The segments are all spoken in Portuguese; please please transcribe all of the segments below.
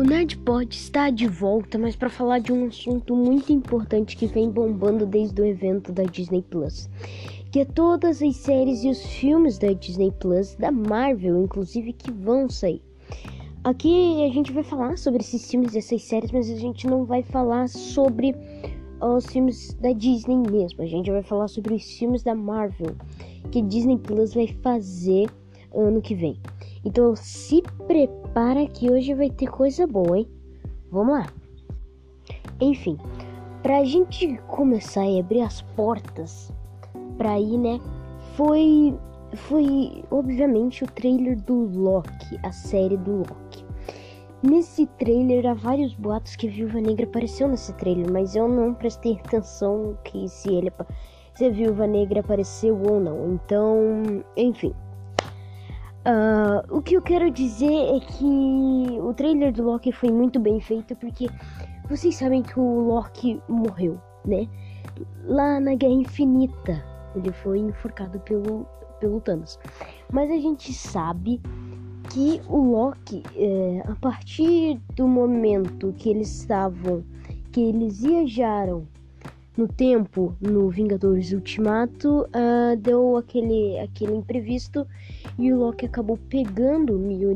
O Nerdpod está de volta, mas para falar de um assunto muito importante que vem bombando desde o evento da Disney Plus, que é todas as séries e os filmes da Disney Plus, da Marvel, inclusive, que vão sair. Aqui a gente vai falar sobre esses filmes e essas séries, mas a gente não vai falar sobre os filmes da Disney mesmo. A gente vai falar sobre os filmes da Marvel, que a Disney Plus vai fazer ano que vem. Então se prepara que hoje vai ter coisa boa, hein? Vamos lá. Enfim, pra gente começar e abrir as portas pra ir, né? Foi obviamente o trailer do Loki, a série do Loki. Nesse trailer há vários boatos que a Viúva Negra apareceu nesse trailer, mas eu não prestei atenção que se a Viúva Negra apareceu ou não. Então, enfim. O que eu quero dizer é que o trailer do Loki foi muito bem feito, porque vocês sabem que o Loki morreu, né? Lá na Guerra Infinita, ele foi enforcado pelo Thanos. Mas a gente sabe que o Loki, a partir do momento que eles viajaram no tempo, no Vingadores Ultimato, deu aquele imprevisto e o Loki acabou pegando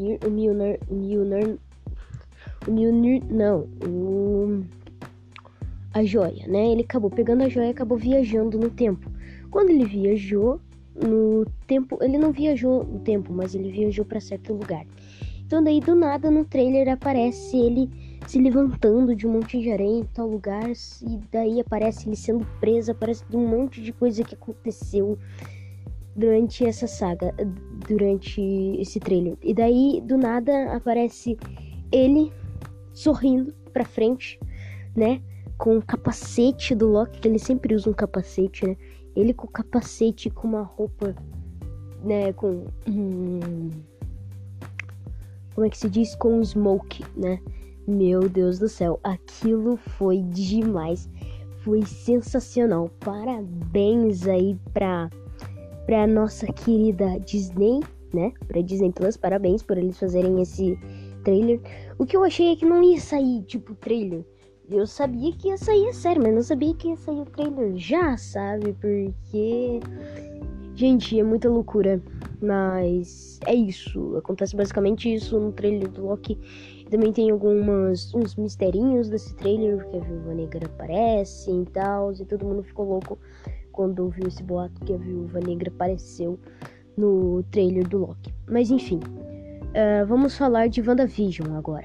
a joia, né? Ele acabou pegando a joia e acabou viajando no tempo. Quando ele viajou no tempo, ele não viajou no tempo, mas ele viajou para certo lugar. Então daí do nada no trailer aparece ele se levantando de um monte de areia em tal lugar, e daí aparece ele sendo preso, aparece um monte de coisa que aconteceu durante essa saga, durante esse trailer. E daí do nada aparece ele sorrindo pra frente, né, com o capacete do Loki, que ele sempre usa um capacete, né? Ele com o capacete, com uma roupa, né, com como é que se diz? Com smoke, né? Meu Deus do céu, aquilo foi demais, foi sensacional. Parabéns aí pra nossa querida Disney, né? Pra Disney Plus, parabéns por eles fazerem esse trailer. O que eu achei é que não ia sair, tipo, trailer. Eu sabia que ia sair a série, mas não sabia que ia sair o trailer já, sabe? Porque, gente, é muita loucura. Mas é isso, acontece basicamente isso no trailer do Loki. Também tem uns misterinhos desse trailer, porque a Viúva Negra aparece e tal, e todo mundo ficou louco quando ouviu esse boato que a Viúva Negra apareceu no trailer do Loki. Mas enfim, vamos falar de WandaVision agora.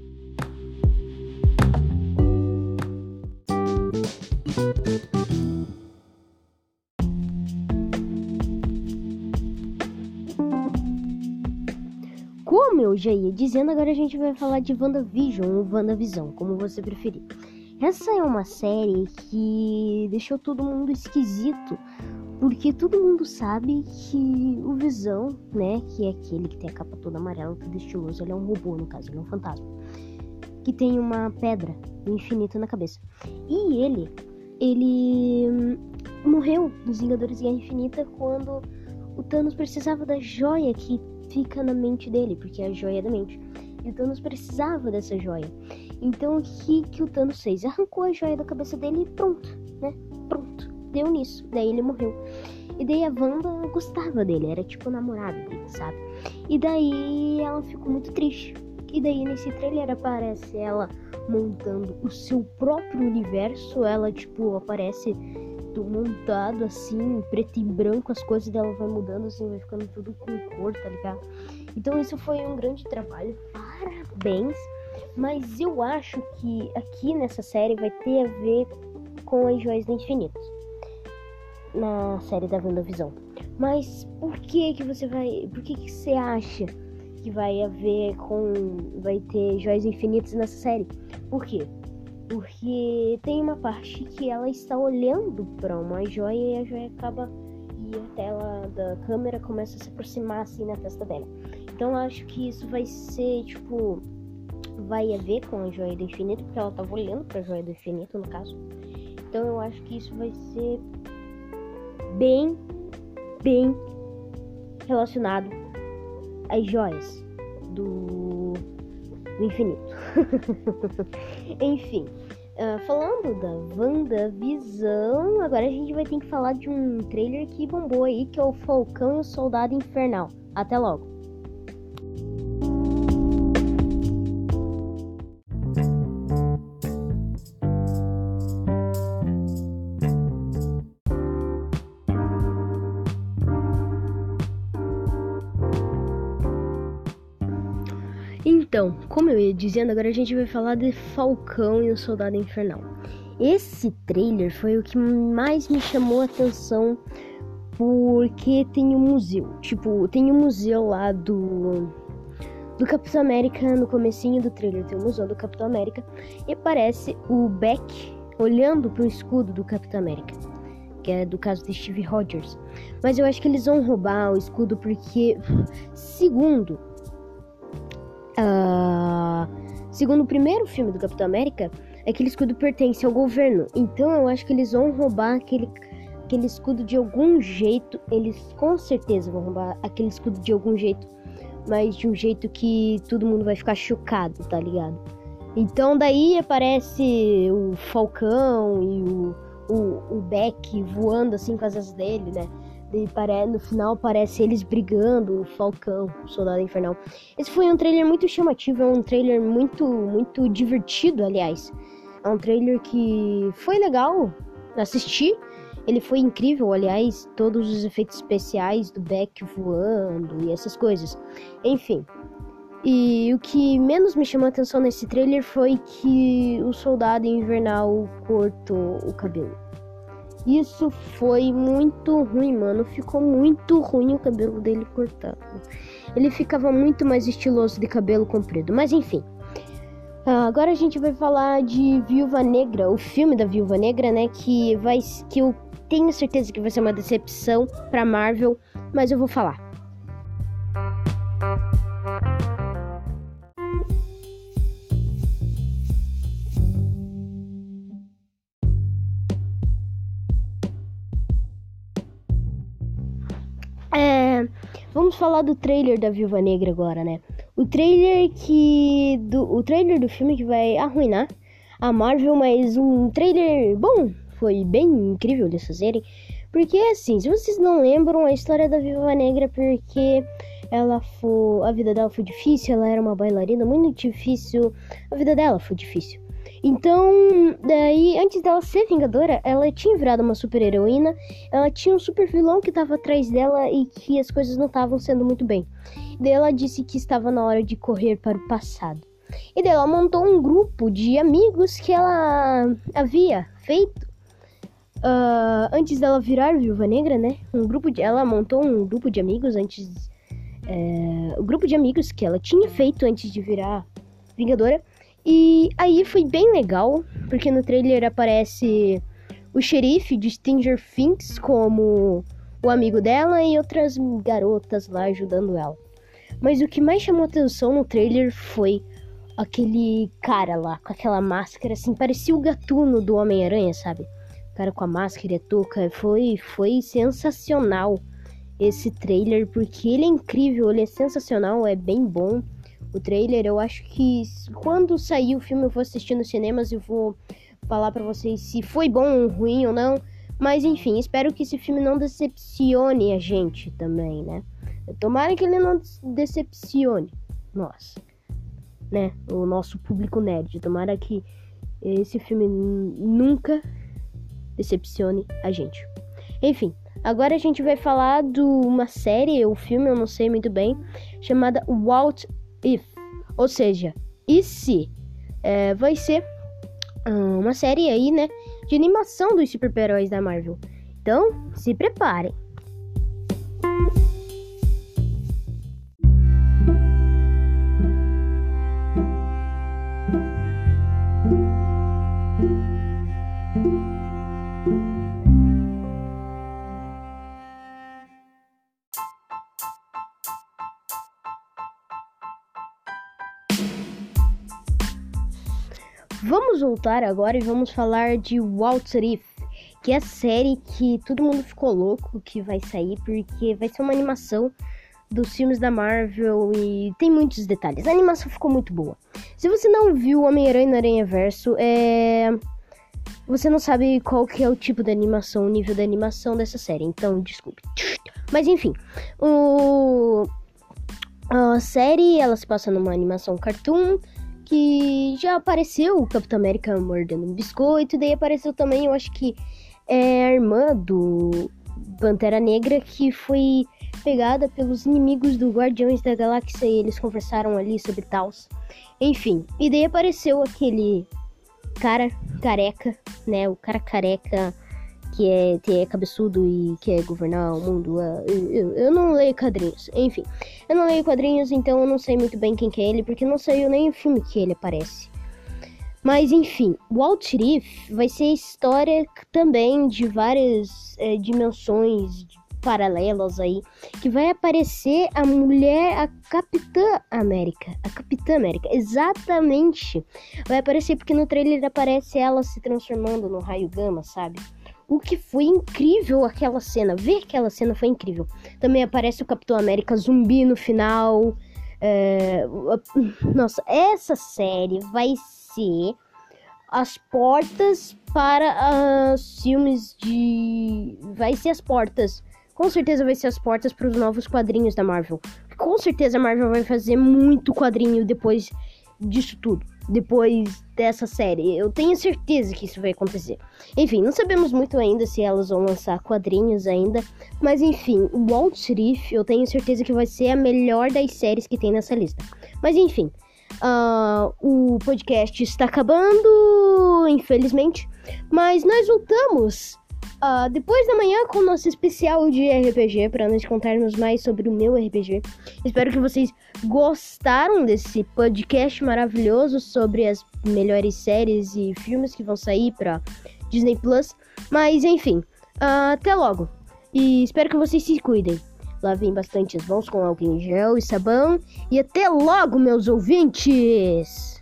Como eu já ia dizendo, agora a gente vai falar de WandaVision ou WandaVisão, como você preferir. Essa é uma série que deixou todo mundo esquisito, porque todo mundo sabe que o Visão, né, que é aquele que tem a capa toda amarela, tudo estiloso, ele é um robô, no caso, ele é um fantasma, que tem uma pedra do infinito na cabeça. E ele morreu nos Vingadores Guerra Infinita quando o Thanos precisava da joia que fica na mente dele, porque é a joia da mente. E o Thanos precisava dessa joia. Então o que o Thanos fez? Arrancou a joia da cabeça dele e pronto, né? Pronto, deu nisso. Daí ele morreu. E daí a Wanda gostava dele, era tipo namorada dele, sabe? E daí ela ficou muito triste. E daí nesse trailer aparece ela montando o seu próprio universo. Ela tipo aparece montado assim, preto e branco, as coisas dela vai mudando assim, vai ficando tudo com cor, tá ligado? Então isso foi um grande trabalho, parabéns. Mas eu acho que aqui nessa série vai ter a ver com as Joias do Infinito, na série da WandaVisão. Mas por que você acha que vai ter Joias Infinitas nessa série? Por quê? Porque tem uma parte que ela está olhando para uma joia e a joia acaba e a tela da câmera começa a se aproximar assim na testa dela. Então eu acho que isso vai ser, tipo, vai a ver com a joia do infinito, porque ela estava olhando para a joia do infinito, no caso. Então eu acho que isso vai ser bem relacionado às joias do infinito. Enfim, falando da WandaVision, agora a gente vai ter que falar de um trailer que bombou aí, que é o Falcão e o Soldado Invernal. Até logo! Então, como eu ia dizendo, agora a gente vai falar de Falcão e o Soldado Invernal. Esse trailer foi o que mais me chamou a atenção, porque tem um museu. Tipo, tem um museu lá do Capitão América no comecinho do trailer. Tem um museu do Capitão América e aparece o Beck olhando pro escudo do Capitão América, que é do caso de Steve Rogers. Mas eu acho que eles vão roubar o escudo porque, segundo o primeiro filme do Capitão América, aquele escudo pertence ao governo. Então eu acho que eles vão roubar aquele escudo de algum jeito. Eles com certeza vão roubar aquele escudo de algum jeito, mas de um jeito que todo mundo vai ficar chocado, tá ligado? Então daí aparece o Falcão e o Beck voando assim com as asas dele, né? No final aparece eles brigando, o Falcão, o Soldado Invernal. Esse foi um trailer muito chamativo, é um trailer muito divertido, aliás. É um trailer que foi legal assistir. Ele foi incrível, aliás, todos os efeitos especiais do Beck voando e essas coisas. Enfim. E o que menos me chamou a atenção nesse trailer foi que o Soldado Invernal cortou o cabelo. Isso foi muito ruim, mano. Ficou muito ruim o cabelo dele cortado. Ele ficava muito mais estiloso de cabelo comprido. Mas enfim. Agora a gente vai falar de Viúva Negra. O filme da Viúva Negra, né? Que eu tenho certeza que vai ser uma decepção pra Marvel. Mas eu vou falar. Vamos falar do trailer da Viúva Negra agora, né? O trailer do filme que vai arruinar a Marvel, mas um trailer bom. Foi bem incrível eles fazerem. Porque assim, se vocês não lembram a história da Viúva Negra, porque a vida dela foi difícil, ela era uma bailarina muito difícil, a vida dela foi difícil. Então, daí, antes dela ser Vingadora, ela tinha virado uma super heroína, ela tinha um super vilão que estava atrás dela e que as coisas não estavam sendo muito bem. Daí ela disse que estava na hora de correr para o passado. E daí ela montou um grupo de amigos que ela havia feito antes dela virar Viúva Negra, né? Ela montou um grupo de amigos antes... o grupo de amigos que ela tinha feito antes de virar Vingadora. E aí foi bem legal, porque no trailer aparece o xerife de Stranger Things como o amigo dela e outras garotas lá ajudando ela. Mas o que mais chamou atenção no trailer foi aquele cara lá, com aquela máscara, assim, parecia o Gatuno do Homem-Aranha, sabe? O cara com a máscara e a touca. Foi sensacional esse trailer, porque ele é incrível, ele é sensacional, é bem bom. O trailer, eu acho que quando sair o filme eu vou assistir nos cinemas e vou falar pra vocês se foi bom ou ruim ou não. Mas enfim, espero que esse filme não decepcione a gente também, né? Tomara que ele não decepcione nós, né? O nosso público nerd. Tomara que esse filme nunca decepcione a gente. Enfim, agora a gente vai falar de uma série, ou filme, eu não sei muito bem, chamada What If, ou seja, e se? Vai ser uma série aí, né, de animação dos super-heróis da Marvel. Então, se preparem. Vamos voltar agora e vamos falar de What If, que é a série que todo mundo ficou louco que vai sair, porque vai ser uma animação dos filmes da Marvel e tem muitos detalhes. A animação ficou muito boa. Se você não viu Homem-Aranha no Aranhaverso, você não sabe qual que é o tipo de animação, o nível da animação dessa série, então desculpe. Mas enfim, a série, ela se passa numa animação cartoon, que já apareceu o Capitão América mordendo um biscoito, daí apareceu também, eu acho que é a irmã do Pantera Negra, que foi pegada pelos inimigos do Guardiões da Galáxia e eles conversaram ali sobre tals. Enfim, e daí apareceu aquele cara careca, né? O cara careca que é cabeçudo e quer governar o mundo. Eu não leio quadrinhos. Enfim, eu não leio quadrinhos, então eu não sei muito bem quem que é ele, porque não saiu nem o filme que ele aparece. Mas enfim, What If vai ser história também de várias dimensões paralelas aí, que vai aparecer a mulher, a Capitã América, exatamente, vai aparecer porque no trailer aparece ela se transformando no raio gama, sabe? O que foi incrível aquela cena, ver aquela cena foi incrível. Também aparece o Capitão América zumbi no final. Nossa, essa série vai ser as portas para os filmes de... Vai ser as portas. Com certeza vai ser as portas para os novos quadrinhos da Marvel. Com certeza a Marvel vai fazer muito quadrinho depois disso tudo. Depois dessa série. Eu tenho certeza que isso vai acontecer. Enfim, não sabemos muito ainda se elas vão lançar quadrinhos ainda. Mas enfim, o What If eu tenho certeza que vai ser a melhor das séries que tem nessa lista. Mas enfim, o podcast está acabando, infelizmente. Mas nós voltamos depois da manhã com o nosso especial de RPG, para nós contarmos mais sobre o meu RPG. Espero que vocês gostaram desse podcast maravilhoso sobre as melhores séries e filmes que vão sair para Disney Plus. Mas enfim, até logo. E espero que vocês se cuidem. Lavem bastante as mãos com álcool em gel e sabão. E até logo, meus ouvintes!